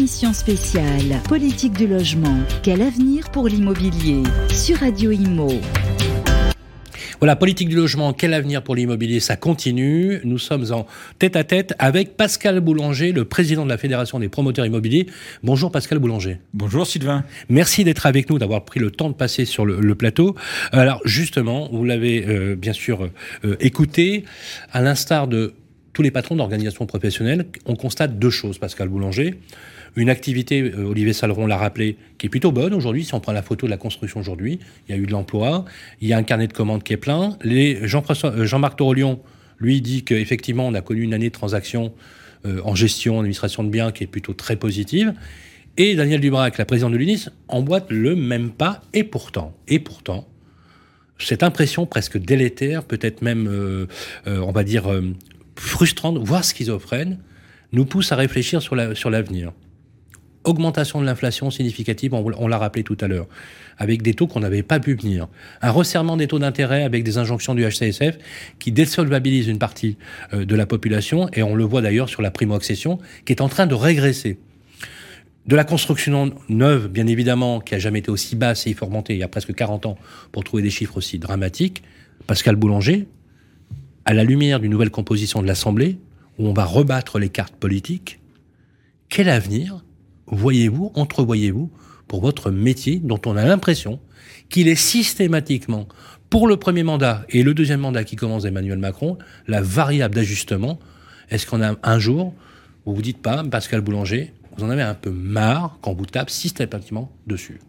émission spéciale Politique du logement. Quel avenir pour l'immobilier sur Radio Imo. Voilà, politique du logement, quel avenir pour l'immobilier, ça continue. Nous sommes en tête-à-tête avec Pascal Boulanger, le président de la Fédération des promoteurs immobiliers. Bonjour Pascal Boulanger. Bonjour Sylvain. Merci d'être avec nous, d'avoir pris le temps de passer sur le plateau. Alors justement, vous l'avez bien sûr écouté, à l'instar de tous les patrons d'organisations professionnelles, on constate deux choses, Pascal Boulanger. Une activité, Olivier Saleron l'a rappelé, qui est plutôt bonne aujourd'hui. Si on prend la photo de la construction aujourd'hui, il y a eu de l'emploi, il y a un carnet de commandes qui est plein. Jean-Marc Torolion, lui, dit qu'effectivement, on a connu une année de transactions en gestion, en administration de biens qui est plutôt très positive. Et Daniel Dubrac, la présidente de l'UNIS, emboîte le même pas. Et pourtant, cette impression presque délétère, peut-être même, on va dire, frustrante, voire schizophrène, nous pousse à réfléchir sur l'avenir. Augmentation de l'inflation significative, on l'a rappelé tout à l'heure, avec des taux qu'on n'avait pas pu venir. Un resserrement des taux d'intérêt avec des injonctions du HCSF qui désolvabilisent une partie de la population, et on le voit d'ailleurs sur la primo-accession, qui est en train de régresser. De la construction neuve, bien évidemment, qui n'a jamais été aussi basse, et il faut remonter il y a presque 40 ans pour trouver des chiffres aussi dramatiques. Pascal Boulanger, à la lumière d'une nouvelle composition de l'Assemblée, où on va rebattre les cartes politiques, quel avenir entrevoyez-vous pour votre métier dont on a l'impression qu'il est systématiquement, pour le premier mandat et le deuxième mandat qui commence d'Emmanuel Macron, la variable d'ajustement? Est-ce qu'on a un jour, vous vous dites pas, Pascal Boulanger, vous en avez un peu marre quand vous tape systématiquement dessus?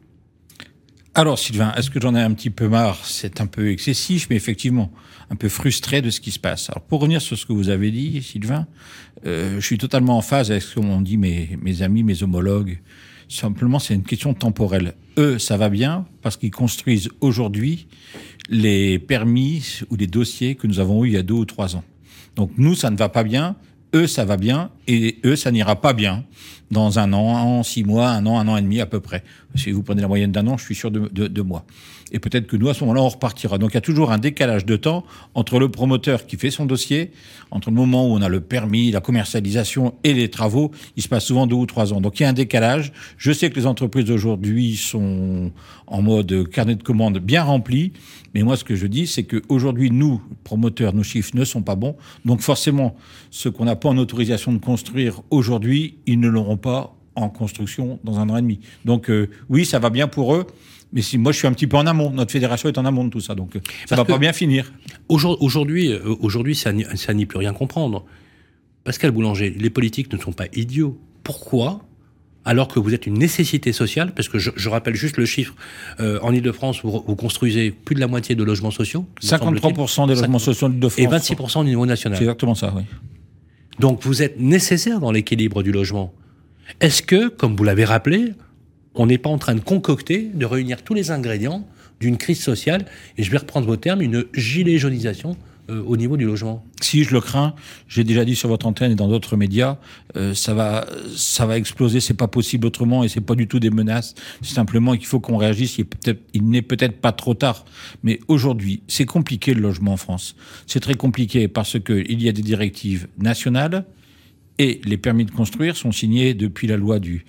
Alors Sylvain, est-ce que j'en ai un petit peu marre? C'est un peu excessif, mais effectivement, un peu frustré de ce qui se passe. Alors pour revenir sur ce que vous avez dit, Sylvain, je suis totalement en phase avec ce qu'ont dit mes amis, mes homologues. Simplement, c'est une question temporelle. Eux, ça va bien parce qu'ils construisent aujourd'hui les permis ou les dossiers que nous avons eus il y a 2 ou 3 ans. Donc nous, ça ne va pas bien. Eux, ça va bien, et eux, ça n'ira pas bien dans 1 an, 6 mois, 1 an et demi à peu près. Si vous prenez la moyenne d'1 an, je suis sûr de 2 mois. Et peut-être que nous, à ce moment-là, on repartira. Donc il y a toujours un décalage de temps entre le promoteur qui fait son dossier, entre le moment où on a le permis, la commercialisation et les travaux. Il se passe souvent 2 ou 3 ans. Donc il y a un décalage. Je sais que les entreprises d'aujourd'hui sont en mode carnet de commandes bien rempli. Mais moi, ce que je dis, c'est qu'aujourd'hui, nous, promoteurs, nos chiffres ne sont pas bons. Donc forcément, ceux qu'on n'a pas en autorisation de construire aujourd'hui, ils ne l'auront pas en construction dans 1 an et demi. Donc oui, ça va bien pour eux. Mais si moi, je suis un petit peu en amont. Notre fédération est en amont de tout ça. Donc ça va pas bien finir. Aujourd'hui, ça n'y peut rien comprendre. Pascal Boulanger, les politiques ne sont pas idiots. Pourquoi ? Alors que vous êtes une nécessité sociale, parce que je rappelle juste le chiffre, en Ile-de-France, vous construisez plus de la moitié de logements sociaux. 53% des logements sociaux de France. Et 26% au niveau national. C'est exactement ça, oui. Donc vous êtes nécessaire dans l'équilibre du logement. Est-ce que, comme vous l'avez rappelé, on n'est pas en train de concocter, de réunir tous les ingrédients d'une crise sociale, et je vais reprendre vos termes, une gilet jaunisation au niveau du logement? Si, je le crains. J'ai déjà dit sur votre antenne et dans d'autres médias, ça va exploser. C'est pas possible autrement, et c'est pas du tout des menaces. C'est simplement qu'il faut qu'on réagisse. Il n'est peut-être pas trop tard. Mais aujourd'hui, c'est compliqué le logement en France. C'est très compliqué parce que il y a des directives nationales. Et les permis de construire sont signés depuis la loi du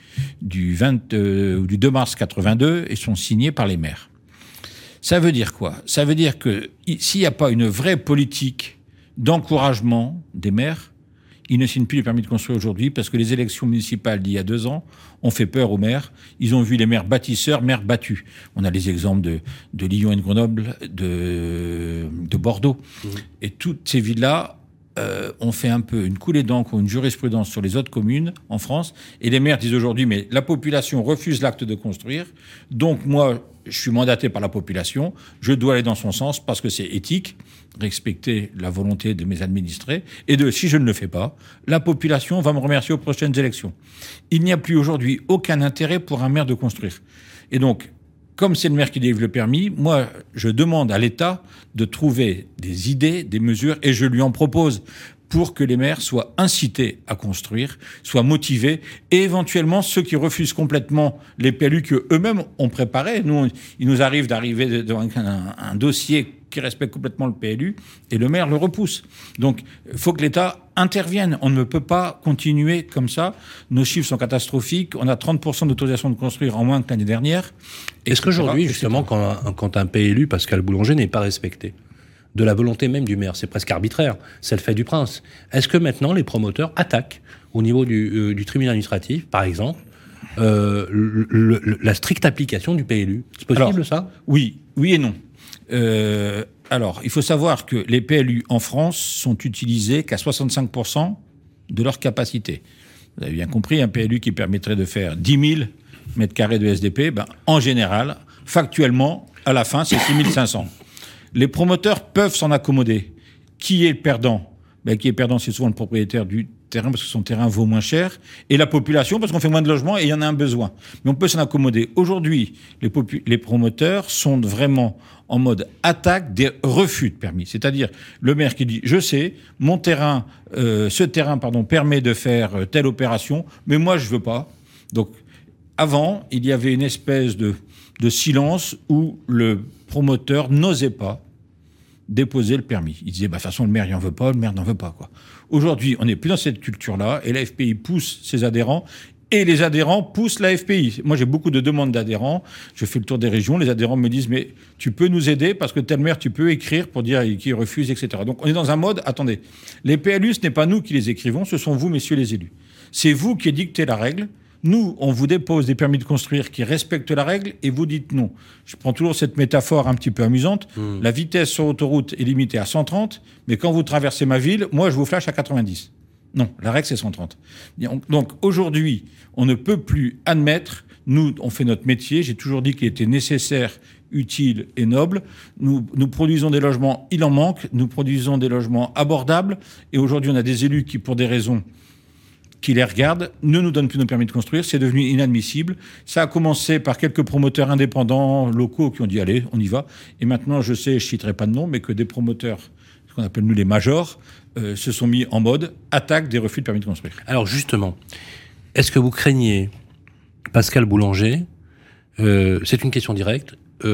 2 mars 82 et sont signés par les maires. Ça veut dire quoi? Ça veut dire que s'il n'y a pas une vraie politique d'encouragement des maires, ils ne signent plus les permis de construire aujourd'hui parce que les élections municipales d'il y a 2 ans ont fait peur aux maires. Ils ont vu les maires bâtisseurs, maires battus. On a les exemples de Lyon et de Grenoble, de Bordeaux. Mmh. Et toutes ces villes-là ont fait un peu une coulée d'encre ou une jurisprudence sur les autres communes en France. Et les maires disent aujourd'hui, mais la population refuse l'acte de construire. Donc moi, je suis mandaté par la population. Je dois aller dans son sens parce que c'est éthique, respecter la volonté de mes administrés. Et si je ne le fais pas, la population va me remercier aux prochaines élections. Il n'y a plus aujourd'hui aucun intérêt pour un maire de construire. Et donc, comme c'est le maire qui délivre le permis, moi, je demande à l'État de trouver des idées, des mesures, et je lui en propose pour que les maires soient incités à construire, soient motivés, et éventuellement ceux qui refusent complètement les PLU qu'eux-mêmes ont préparés. Nous, il nous arrive d'arriver devant un dossier qui respecte complètement le PLU, et le maire le repousse. Donc, il faut que l'État interviennent. On ne peut pas continuer comme ça. Nos chiffres sont catastrophiques. On a 30% d'autorisation de construire en moins que l'année dernière. Est-ce qu'aujourd'hui, justement, quand un PLU, Pascal Boulanger, n'est pas respecté de la volonté même du maire, c'est presque arbitraire, c'est le fait du prince, est-ce que maintenant les promoteurs attaquent au niveau du tribunal administratif, par exemple, la stricte application du PLU? C'est possible, ça? Oui et non. Alors, il faut savoir que les PLU en France sont utilisés qu'à 65% de leur capacité. Vous avez bien compris, un PLU qui permettrait de faire 10 000 mètres carrés de SDP, en général, factuellement, à la fin, c'est 6 500. Les promoteurs peuvent s'en accommoder. Qui est le perdant? Qui est perdant, c'est souvent le propriétaire du terrain, parce que son terrain vaut moins cher, et la population, parce qu'on fait moins de logements et il y en a un besoin. Mais on peut s'en accommoder. Aujourd'hui, les promoteurs sont vraiment en mode attaque des refus de permis. C'est-à-dire le maire qui dit « Je sais, mon terrain, ce terrain permet de faire telle opération, mais moi je veux pas ». Donc avant, il y avait une espèce de silence où le promoteur n'osait pas déposer le permis. Il disait, de toute façon, le maire, il n'en veut pas, le maire n'en veut pas, quoi. Aujourd'hui, on n'est plus dans cette culture-là, et la FPI pousse ses adhérents, et les adhérents poussent la FPI. Moi, j'ai beaucoup de demandes d'adhérents, je fais le tour des régions, les adhérents me disent, mais tu peux nous aider, parce que tel maire, tu peux écrire pour dire qu'il refuse, etc. Donc, on est dans un mode, attendez, les PLU, ce n'est pas nous qui les écrivons, ce sont vous, messieurs les élus. C'est vous qui dictez la règle. Nous, on vous dépose des permis de construire qui respectent la règle et vous dites non. Je prends toujours cette métaphore un petit peu amusante. La vitesse sur autoroute est limitée à 130, mais quand vous traversez ma ville, moi, je vous flash à 90. Non, la règle, c'est 130. Donc, aujourd'hui, on ne peut plus admettre, nous, on fait notre métier, j'ai toujours dit qu'il était nécessaire, utile et noble. Nous produisons des logements, il en manque, nous produisons des logements abordables, et aujourd'hui, on a des élus qui, pour des raisons qui les regardent, ne nous donnent plus nos permis de construire. C'est devenu inadmissible. Ça a commencé par quelques promoteurs indépendants locaux qui ont dit « Allez, on y va ». Et maintenant, je sais, je ne citerai pas de nom, mais que des promoteurs, ce qu'on appelle nous les majors, se sont mis en mode attaque des refus de permis de construire. Alors justement, est-ce que vous craignez, Pascal Boulanger, c'est une question directe,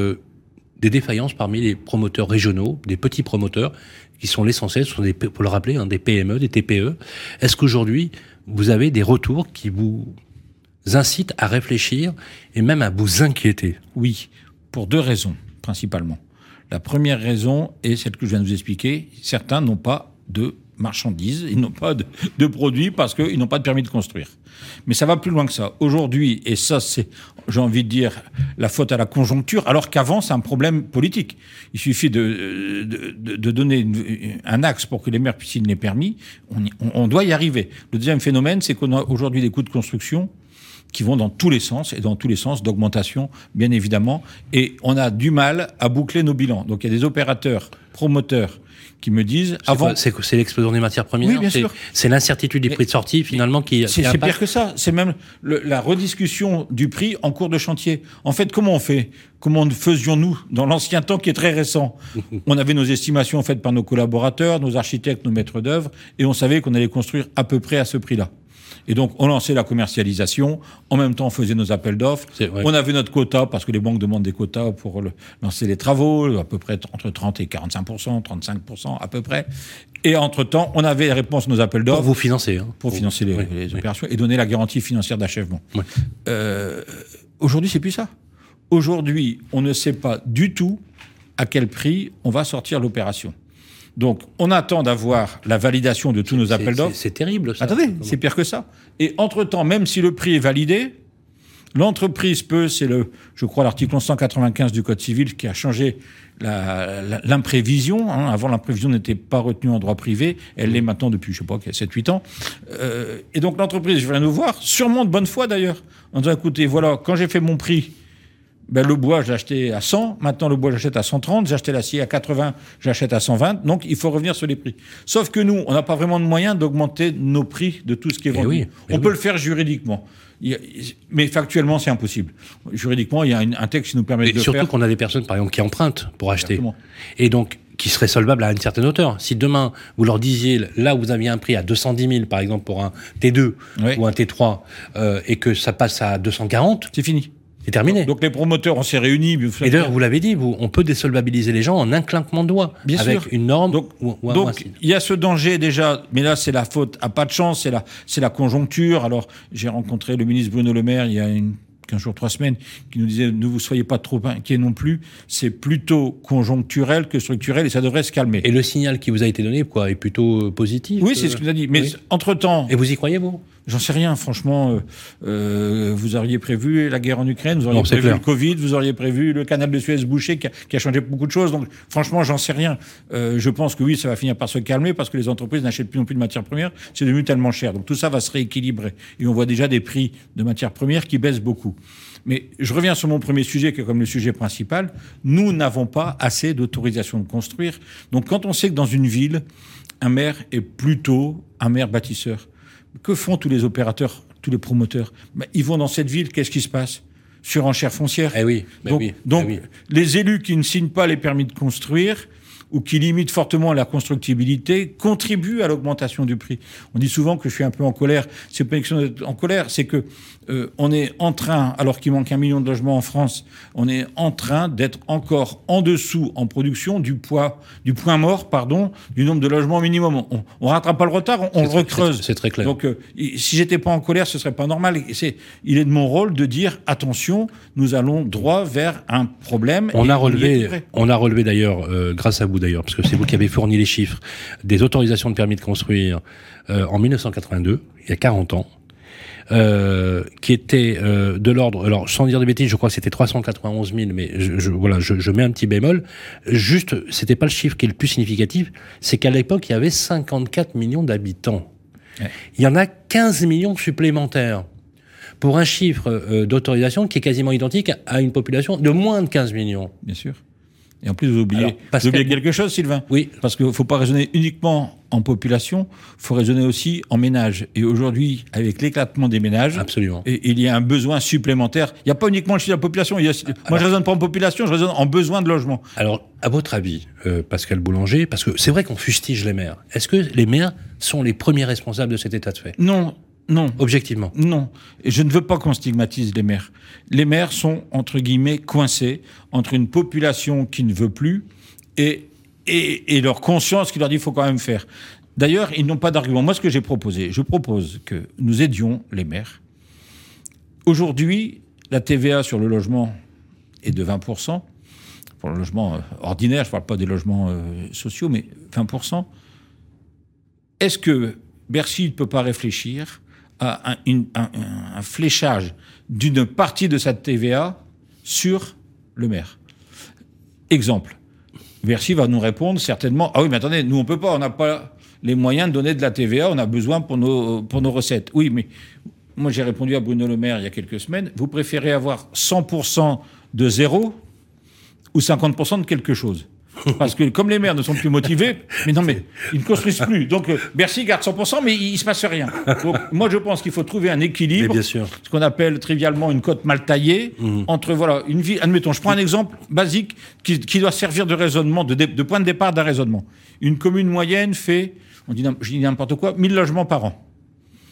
des défaillances parmi les promoteurs régionaux, des petits promoteurs, qui sont l'essentiel, ce sont pour le rappeler, des PME, des TPE. Est-ce qu'aujourd'hui, vous avez des retours qui vous incitent à réfléchir et même à vous inquiéter? Oui, pour deux raisons, principalement. La première raison est celle que je viens de vous expliquer. Certains n'ont pas de marchandises, ils n'ont pas de produits parce qu'ils n'ont pas de permis de construire. Mais ça va plus loin que ça. Aujourd'hui, et ça c'est, j'ai envie de dire, la faute à la conjoncture, alors qu'avant c'est un problème politique. Il suffit de donner un axe pour que les maires puissent signer les permis, on doit y arriver. Le deuxième phénomène, c'est qu'on a aujourd'hui des coûts de construction qui vont dans tous les sens, et dans tous les sens d'augmentation, bien évidemment, et on a du mal à boucler nos bilans. Donc il y a des opérateurs, promoteurs, qui me disent... C'est l'explosion des matières premières. Oui, bien sûr. C'est l'incertitude des prix de sortie, finalement, qui... C'est pire que ça. C'est même la rediscussion du prix en cours de chantier. En fait, comment on fait? Comment faisions-nous dans l'ancien temps qui est très récent? On avait nos estimations faites par nos collaborateurs, nos architectes, nos maîtres d'œuvre, et on savait qu'on allait construire à peu près à ce prix-là. Et donc, on lançait la commercialisation. En même temps, on faisait nos appels d'offres. On avait notre quota, parce que les banques demandent des quotas pour lancer les travaux, à peu près entre 30 et 45%, 35% à peu près. Et entre-temps, on avait les réponses à nos appels d'offres. Pour vous financer. Pour financer les opérations et donner la garantie financière d'achèvement. Ouais. Aujourd'hui, c'est plus ça. Aujourd'hui, on ne sait pas du tout à quel prix on va sortir l'opération. Donc, on attend d'avoir la validation de tous nos appels d'offres. C'est terrible, ça. Attendez, c'est pire que ça. Et entre-temps, même si le prix est validé, l'entreprise peut, je crois, l'article 195 du Code civil qui a changé l'imprévision. Avant, l'imprévision n'était pas retenue en droit privé. Elle l'est maintenant depuis, 7-8 ans. Et donc, l'entreprise vient nous voir, sûrement de bonne foi d'ailleurs, en disant, écoutez, voilà, quand j'ai fait mon prix, le bois, je l'ai acheté à 100. Maintenant, le bois, j'achète à 130. J'ai acheté l'acier à 80. J'achète à 120. Donc, il faut revenir sur les prix. Sauf que nous, on n'a pas vraiment de moyens d'augmenter nos prix de tout ce qui est vendu. On peut le faire juridiquement. Mais factuellement, c'est impossible. Juridiquement, il y a un texte qui nous permet de le faire. Surtout qu'on a des personnes, par exemple, qui empruntent pour acheter. Exactement. Et donc, qui seraient solvables à une certaine hauteur. Si demain, vous leur disiez, là où vous aviez un prix à 210 000, par exemple, pour un T2 ou un T3, et que ça passe à 240... C'est fini. C'est terminé. Donc les promoteurs, on s'est réunis. Et d'ailleurs, vous l'avez dit, on peut désolvabiliser les gens en un claquement de doigts. Bien avec sûr. Une norme. Donc il y a ce danger déjà, mais là c'est la faute à pas de chance, c'est la conjoncture. Alors j'ai rencontré le ministre Bruno Le Maire il y a 15 jours, 3 semaines, qui nous disait ne vous soyez pas trop inquiets non plus, c'est plutôt conjoncturel que structurel et ça devrait se calmer. Et le signal qui vous a été donné est plutôt positif. Oui, c'est ce qu'il nous a dit. Mais oui. Entre-temps... Et vous y croyez, vous ? J'en sais rien, franchement. Vous auriez prévu la guerre en Ukraine, vous auriez prévu le Covid, vous auriez prévu le canal de Suez bouché qui a changé beaucoup de choses. Donc, franchement, j'en sais rien. Je pense que oui, ça va finir par se calmer parce que les entreprises n'achètent plus non plus de matières premières. C'est devenu tellement cher. Donc, tout ça va se rééquilibrer. Et on voit déjà des prix de matières premières qui baissent beaucoup. Mais je reviens sur mon premier sujet, qui est comme le sujet principal. Nous n'avons pas assez d'autorisation de construire. Donc, quand on sait que dans une ville, un maire est plutôt un maire bâtisseur, que font tous les opérateurs, tous les promoteurs ? Ils vont dans cette ville, qu'est-ce qui se passe ? Surenchère foncière. Eh oui. Donc, les élus qui ne signent pas les permis de construire ou qui limitent fortement la constructibilité contribuent à l'augmentation du prix. On dit souvent que je suis un peu en colère. C'est pas une question d'être en colère, c'est que on est en train, alors qu'il manque 1 million de logements en France, on est en train d'être encore en dessous en production du point mort, du nombre de logements minimum. On rattrape pas le retard, on le recreuse. C'est très clair. Donc, si j'étais pas en colère, ce serait pas normal. Il est de mon rôle de dire attention, nous allons droit vers un problème. On a relevé d'ailleurs, grâce à vous d'ailleurs, parce que c'est vous qui avez fourni les chiffres, des autorisations de permis de construire en 1982, il y a 40 ans. Qui était de l'ordre, alors sans dire de bêtises, je crois que c'était 391 000, mais je mets un petit bémol. Juste, c'était pas le chiffre qui est le plus significatif, c'est qu'à l'époque, il y avait 54 millions d'habitants. Ouais. Il y en a 15 millions supplémentaires pour un chiffre d'autorisation qui est quasiment identique à une population de moins de 15 millions. Bien sûr. Et en plus, vous oubliez quelque chose, Sylvain. Oui. Parce qu'il ne faut pas raisonner uniquement en population, il faut raisonner aussi en ménage. Et aujourd'hui, avec l'éclatement des ménages, absolument, et il y a un besoin supplémentaire. Il n'y a pas uniquement le chiffre de la population. Moi, je ne raisonne pas en population, je raisonne en besoin de logement. Alors, à votre avis, Pascal Boulanger, parce que c'est vrai qu'on fustige les maires, est-ce que les maires sont les premiers responsables de cet état de fait ? Non. Objectivement. Non. Et je ne veux pas qu'on stigmatise les maires. Les maires sont, entre guillemets, coincés entre une population qui ne veut plus et leur conscience qui leur dit qu'il faut quand même faire. D'ailleurs, ils n'ont pas d'argument. Moi, ce que j'ai proposé, je propose que nous aidions les maires. Aujourd'hui, la TVA sur le logement est de 20%. Pour le logement ordinaire, je ne parle pas des logements sociaux, mais 20%. Est-ce que Bercy ne peut pas réfléchir à un fléchage d'une partie de cette TVA sur le maire? Exemple. Bercy va nous répondre certainement, ah oui, mais attendez, nous on peut pas, on n'a pas les moyens de donner de la TVA, on a besoin pour nos recettes. Oui, mais moi j'ai répondu à Bruno Le Maire il y a quelques semaines, vous préférez avoir 100% de zéro ou 50% de quelque chose? Parce que comme les maires ne sont plus motivés, ils ne construisent plus. Donc Bercy garde 100%, mais il ne se passe rien. Donc moi je pense qu'il faut trouver un équilibre, bien sûr, ce qu'on appelle trivialement une cote mal taillée, entre une vie. Admettons, je prends un exemple basique qui doit servir de raisonnement, de point de départ d'un raisonnement. Une commune moyenne fait, je dis n'importe quoi, 1000 logements par an. D'accord ?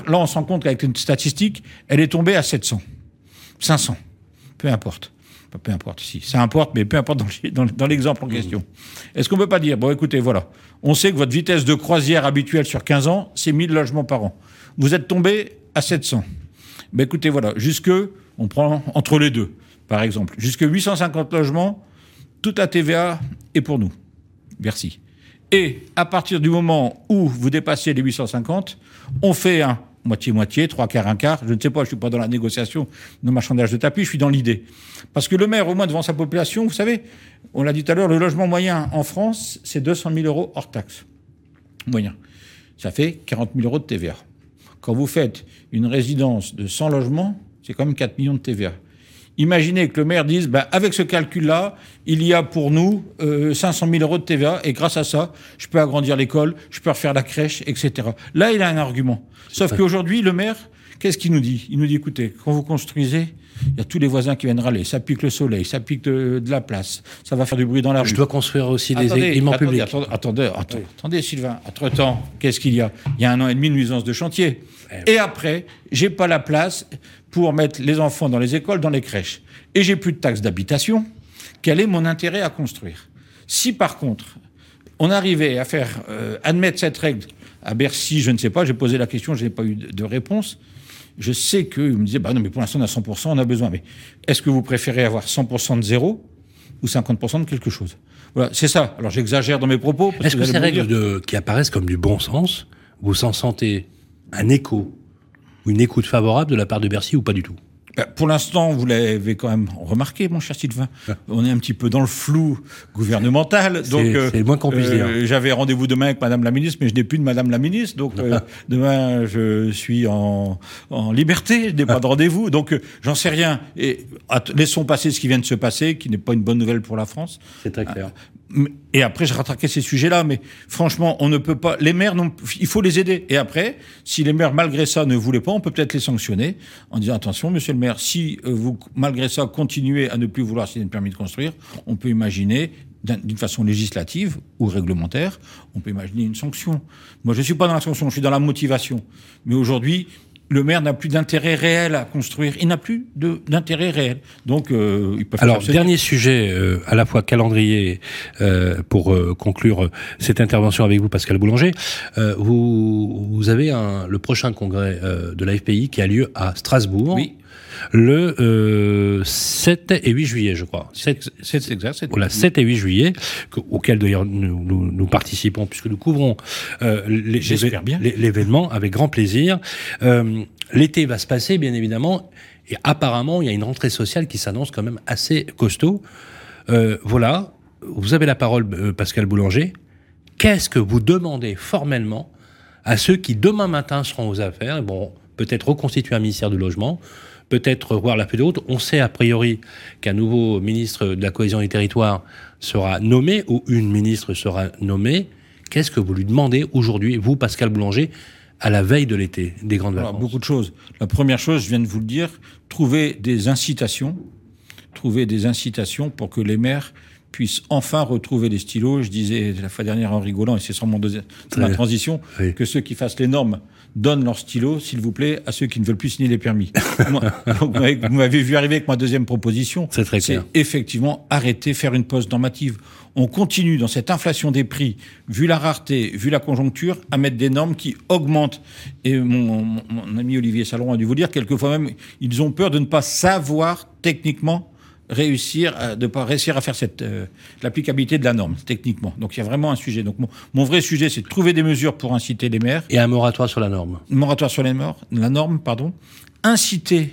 Là on se rend compte qu'avec une statistique, elle est tombée à 700, 500, peu importe. Peu importe, si ça importe, mais peu importe dans l'exemple en question. Est-ce qu'on ne peut pas dire, bon écoutez, voilà, on sait que votre vitesse de croisière habituelle sur 15 ans, c'est 1000 logements par an. Vous êtes tombé à 700. Ben écoutez, voilà, on prend entre les deux, par exemple, jusque 850 logements, toute la TVA est pour nous. Merci. Et à partir du moment où vous dépassez les 850, on fait un moitié-moitié, 3 quarts, 1 quart. Je ne sais pas, je ne suis pas dans la négociation de marchandage de tapis, je suis dans l'idée. Parce que le maire, au moins devant sa population, vous savez, on l'a dit tout à l'heure, le logement moyen en France, c'est 200 000 euros hors taxe. Moyen. Ça fait 40 000 euros de TVA. Quand vous faites une résidence de 100 logements, c'est quand même 4 millions de TVA. Imaginez que le maire dise, avec ce calcul-là, il y a pour nous 500 000 euros de TVA, et grâce à ça, je peux agrandir l'école, je peux refaire la crèche, etc. Là, il a un argument. Sauf qu'aujourd'hui, le maire, Qu'est-ce qu'il nous dit ? Il nous dit, écoutez, quand vous construisez, il y a tous les voisins qui viennent râler. Ça pique le soleil, ça pique de la place, ça va faire du bruit dans la rue. Je dois construire aussi des équipements publics. Attendez, Sylvain. Entre-temps, qu'est-ce qu'il y a ? Il y a 1 an et demi de nuisance de chantier. Et après, j'ai pas la place pour mettre les enfants dans les écoles, dans les crèches. Et j'ai plus de taxes d'habitation. Quel est mon intérêt à construire ? Si par contre, on arrivait à faire admettre cette règle à Bercy, je ne sais pas, j'ai posé la question, je n'ai pas eu de réponse. Je sais qu'ils me disaient, non, mais pour l'instant, on a 100%, on a besoin. Mais est-ce que vous préférez avoir 100% de zéro ou 50% de quelque chose ? Voilà, c'est ça. Alors, j'exagère dans mes propos. Est-ce que ces règles qui apparaissent comme du bon sens, vous en sentez un écho ou une écoute favorable de la part de Bercy ou pas du tout ? Pour l'instant, vous l'avez quand même remarqué, mon cher Sylvain. On est un petit peu dans le flou gouvernemental. Donc, c'est le moins qu'on puisse dire. J'avais rendez-vous demain avec Madame la Ministre, mais je n'ai plus de Madame la Ministre. Donc, demain, je suis en liberté. Je n'ai pas de rendez-vous. Donc, j'en sais rien. Et laissons passer ce qui vient de se passer, qui n'est pas une bonne nouvelle pour la France. C'est très clair. Et après, je rattraquerai ces sujets-là. Mais franchement, on ne peut pas... Les maires, il faut les aider. Et après, si les maires, malgré ça, ne voulaient pas, on peut peut-être les sanctionner en disant, attention, monsieur le maire, si vous, malgré ça, continuez à ne plus vouloir signer le permis de construire, on peut imaginer, d'une façon législative ou réglementaire, on peut imaginer une sanction. Moi, je ne suis pas dans la sanction, je suis dans la motivation. Mais aujourd'hui... Le maire n'a plus d'intérêt réel à construire. Il n'a plus d'intérêt réel. Donc, il peut faire... Alors, dernier sujet, à la fois calendrier, pour conclure cette intervention avec vous, Pascal Boulanger. Vous avez le prochain congrès de l'AFPI qui a lieu à Strasbourg. Oui. Le 7 et 8 juillet, je crois. 7 et 8 juillet, auquel d'ailleurs nous participons, puisque nous couvrons l'événement avec grand plaisir. L'été va se passer, bien évidemment, et apparemment, il y a une rentrée sociale qui s'annonce quand même assez costaud. Voilà, vous avez la parole, Pascal Boulanger. Qu'est-ce que vous demandez formellement à ceux qui, demain matin, seront aux affaires, peut-être reconstituer un ministère du logement, peut-être voir la feuille de route. On sait a priori qu'un nouveau ministre de la cohésion des territoires sera nommé, ou une ministre sera nommée. Qu'est-ce que vous lui demandez aujourd'hui, vous, Pascal Boulanger, à la veille de l'été, des grandes vacances ? Beaucoup de choses. La première chose, je viens de vous le dire, trouver des incitations pour que les maires puissent enfin retrouver les stylos. Je disais la fois dernière en rigolant, et c'est sur ma transition, que ceux qui fassent les normes donnent leur stylo, s'il vous plaît, à ceux qui ne veulent plus signer les permis. Vous m'avez vu arriver avec ma deuxième proposition. C'est très clair. C'est effectivement arrêter, faire une pause normative. On continue dans cette inflation des prix, vu la rareté, vu la conjoncture, à mettre des normes qui augmentent. Et mon ami Olivier Saleron a dû vous dire, quelquefois même, ils ont peur de ne pas savoir techniquement réussir à faire l'applicabilité de la norme, techniquement. Donc, il y a vraiment un sujet. Donc, mon vrai sujet, c'est de trouver des mesures pour inciter les maires. Et un moratoire sur la norme. Moratoire sur la norme. Inciter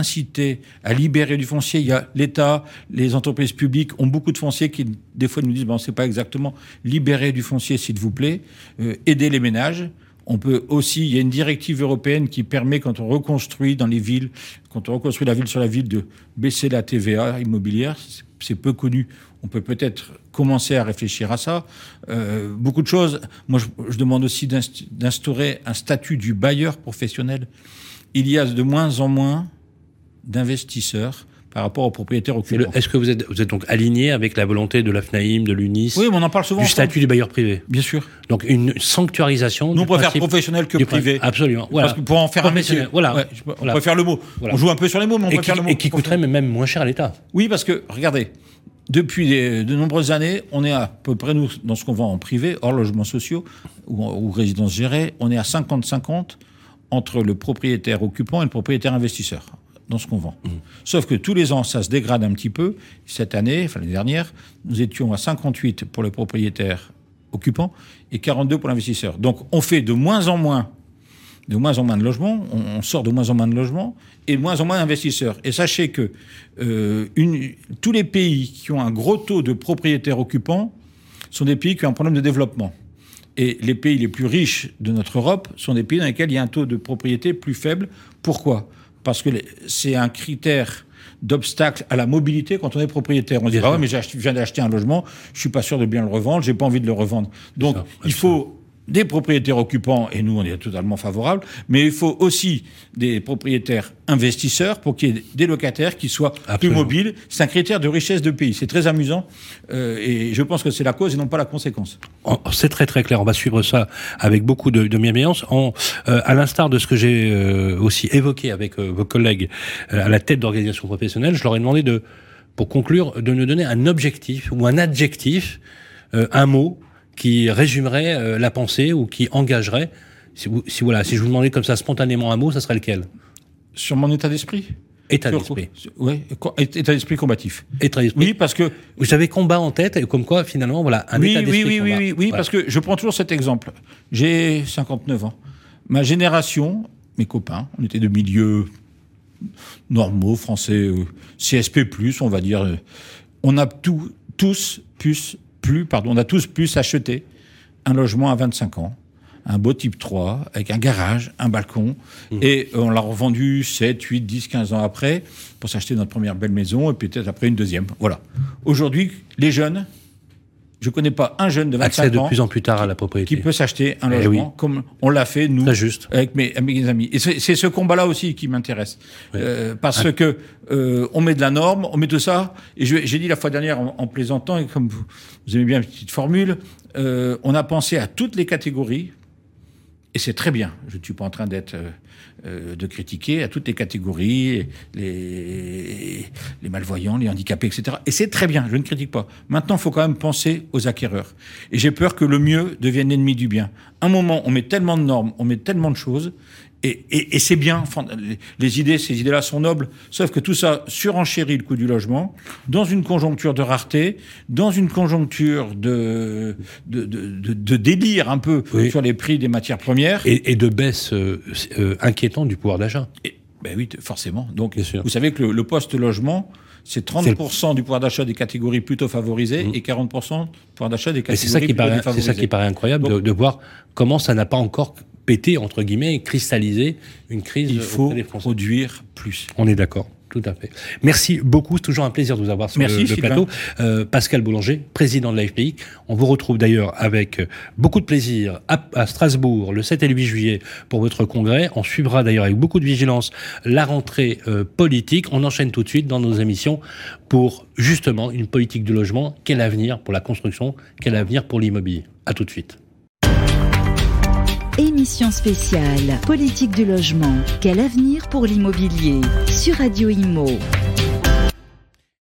à libérer du foncier. Il y a l'État, les entreprises publiques ont beaucoup de foncier qui, des fois, nous disent, c'est pas exactement libérer du foncier, s'il vous plaît, aider les ménages. On peut aussi, il y a une directive européenne qui permet, quand on reconstruit dans les villes, quand on reconstruit la ville sur la ville, de baisser la TVA immobilière. C'est peu connu. On peut peut-être commencer à réfléchir à ça. Beaucoup de choses. Moi, je demande aussi d'instaurer un statut du bailleur professionnel. Il y a de moins en moins d'investisseurs par rapport aux propriétaires occupants. Est-ce que vous êtes donc aligné avec la volonté de l'AFNAIM, de l'UNIS, oui, mais on en parle souvent du statut du bailleur privé ? Bien sûr. Donc une sanctuarisation. Nous, on préfère professionnel que privé. Absolument. Voilà. Parce que pour en faire un métier, on préfère le mot. Voilà. On joue un peu sur les mots, mais on préfère le mot. Et qui coûterait même moins cher à l'État. Oui, parce que, regardez, depuis de nombreuses années, on est à peu près, nous, dans ce qu'on vend en privé, hors logements sociaux ou résidences gérées, on est à 50-50 entre le propriétaire occupant et le propriétaire investisseur, dans ce qu'on vend. Sauf que tous les ans, ça se dégrade un petit peu. Cette année, l'année dernière, nous étions à 58 pour le propriétaire occupant et 42 pour l'investisseur. Donc, on fait de moins en moins de logements, on sort de moins en moins de logements et de moins en moins d'investisseurs. Et sachez que tous les pays qui ont un gros taux de propriétaires occupants sont des pays qui ont un problème de développement. Et les pays les plus riches de notre Europe sont des pays dans lesquels il y a un taux de propriété plus faible. Pourquoi ? Parce que c'est un critère d'obstacle à la mobilité quand on est propriétaire. On dit, mais je viens d'acheter un logement, je suis pas sûr de bien le revendre, j'ai pas envie de le revendre. Donc, il faut des propriétaires occupants, et nous on est totalement favorables, mais il faut aussi des propriétaires investisseurs pour qu'il y ait des locataires qui soient plus mobiles. C'est un critère de richesse de pays. C'est très amusant et je pense que c'est la cause et non pas la conséquence. C'est très très clair. On va suivre ça avec beaucoup de bienveillance. À l'instar de ce que j'ai aussi évoqué avec vos collègues à la tête d'organisations professionnelles, je leur ai demandé pour conclure, de nous donner un objectif ou un adjectif, un mot qui résumerait la pensée ou qui engagerait. Si je vous demandais comme ça spontanément un mot, ça serait lequel ? Sur mon état d'esprit ? État d'esprit. Oui, état d'esprit combatif. État d'esprit. Oui, parce que vous avez combat en tête et comme quoi finalement voilà un état d'esprit. Oui, voilà. Parce que je prends toujours cet exemple. J'ai 59 ans. Ma génération, mes copains, on était de milieux normaux, français, CSP+, on va dire. On a tous pu acheter un logement à 25 ans, un beau type 3, avec un garage, un balcon, et on l'a revendu 7, 8, 10, 15 ans après, pour s'acheter notre première belle maison, et peut-être après une deuxième. Voilà. Aujourd'hui, les jeunes, je connais pas un jeune de 25 accès ans de plus en plus tard à la propriété qui peut s'acheter un logement comme on l'a fait nous avec mes amis. Et c'est ce combat-là aussi qui m'intéresse parce que on met de la norme, on met tout ça. Et j'ai dit la fois dernière en plaisantant, et comme vous aimez bien une petite formule, on a pensé à toutes les catégories. Et c'est très bien. Je ne suis pas en train de critiquer à toutes les catégories, les malvoyants, les handicapés, etc. Et c'est très bien. Je ne critique pas. Maintenant, il faut quand même penser aux acquéreurs. Et j'ai peur que le mieux devienne l'ennemi du bien. À un moment, on met tellement de normes, on met tellement de choses. Et c'est bien, ces idées-là sont nobles, sauf que tout ça surenchérit le coût du logement, dans une conjoncture de rareté, dans une conjoncture de délire un peu sur les prix des matières premières. Et de baisse inquiétante du pouvoir d'achat. Ben oui, forcément. Donc, vous savez que le post-logement, c'est 30% du pouvoir d'achat des catégories plutôt favorisées et 40% du pouvoir d'achat des catégories plutôt défavorisées. C'est ça qui paraît incroyable, de voir comment ça n'a pas encore pété, entre guillemets, et cristalliser une crise. Il faut produire plus. On est d'accord, tout à fait. Merci beaucoup, c'est toujours un plaisir de vous avoir sur le plateau. Pascal Boulanger, président de l'AFPI. On vous retrouve d'ailleurs avec beaucoup de plaisir à Strasbourg le 7 et le 8 juillet pour votre congrès. On suivra d'ailleurs avec beaucoup de vigilance la rentrée politique. On enchaîne tout de suite dans nos émissions pour justement une politique du logement. Quel avenir pour la construction? Quel avenir pour l'immobilier? À tout de suite. Émission spéciale Politique du logement. Quel avenir pour l'immobilier sur Radio Imo.